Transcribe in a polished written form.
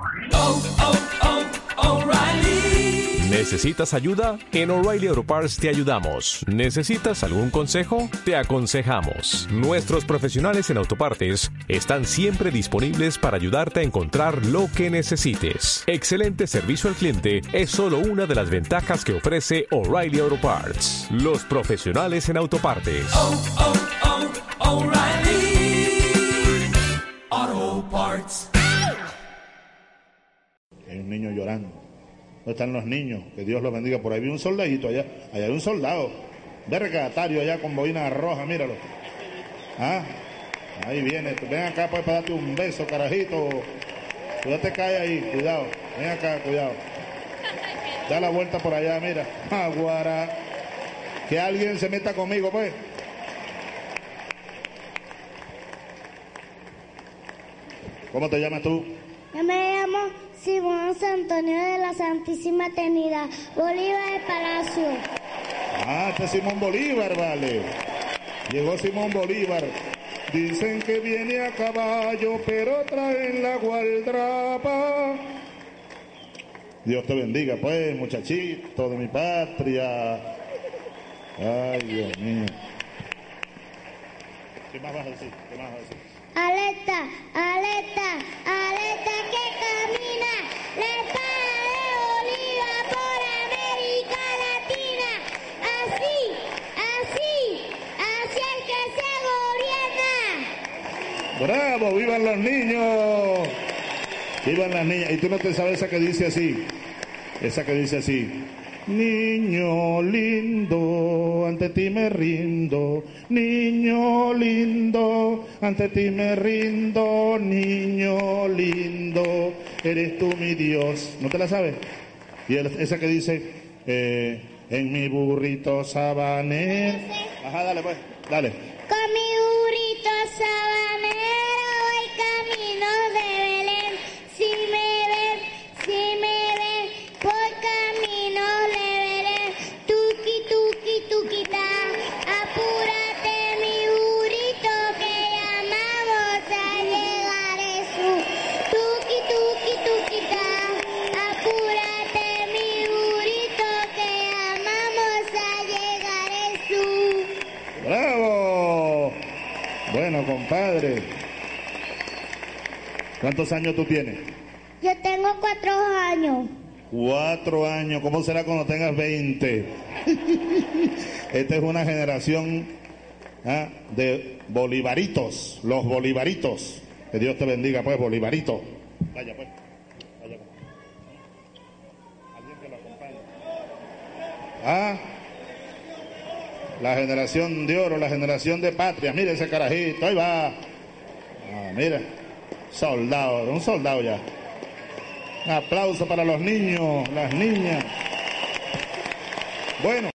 O'Reilly. ¿Necesitas ayuda? En O'Reilly Auto Parts te ayudamos. ¿Necesitas algún consejo? Te aconsejamos. Nuestros profesionales en autopartes están siempre disponibles para ayudarte a encontrar lo que necesites. Excelente servicio al cliente es solo una de las ventajas que ofrece O'Reilly Auto Parts. Los profesionales en autopartes. O'Reilly Auto Parts. Hay un niño llorando. ¿Dónde están los niños? Que Dios los bendiga. Por ahí vi un soldadito allá. Allá hay un soldado. Vergatario allá con boina roja, míralo. Ah, ahí viene. Ven acá pues para darte un beso, carajito. Cuídate, cae ahí, cuidado. Ven acá, cuidado. Da la vuelta por allá, mira. Aguara. Que alguien se meta conmigo, pues. ¿Cómo te llamas tú? Yo me llamo Simón Antonio de la Santísima Trinidad, Bolívar del Palacio. Ah, este es Simón Bolívar, vale. Llegó Simón Bolívar. Dicen que viene a caballo, pero traen la gualdrapa. Dios te bendiga, pues, muchachito de mi patria. Ay, Dios mío. ¿Qué más vas a decir? ¿Qué más vas a decir? Alerta, alerta, alerta que camina la espada de Bolívar por América Latina. Así, así, así es que se gobierna. ¡Bravo! ¡Vivan los niños! ¡Vivan las niñas! Y tú no te sabes esa que dice así. Esa que dice así. Niño lindo, ante ti me rindo. Niño lindo, ante ti me rindo. Niño lindo, eres tú mi Dios. ¿No te la sabes? Y esa que dice, en mi burrito sabanero. Ajá, dale pues, dale. Con mi burrito sabanero voy camino de Belén. Si me ven, por camino de Belén. Tuki, tuki, tuquita, apúrate mi burrito que ya vamos a llegar a Jesús. Tuki, tuki, tuquita, apúrate mi burrito que ya vamos a llegar a Jesús. ¡Bravo! Bueno, compadre. ¿Cuántos años tú tienes? Yo tengo 4 años. 4 años. ¿Cómo será cuando tengas 20? Esta es una generación de bolivaritos. Los bolivaritos. Que Dios te bendiga, pues, bolivarito. Vaya, pues. Vaya. Alguien que lo acompañe. La generación de oro, la generación de patria. Mira ese carajito, ahí va. Mira. Soldado, un soldado ya. Un aplauso para los niños, las niñas. Bueno.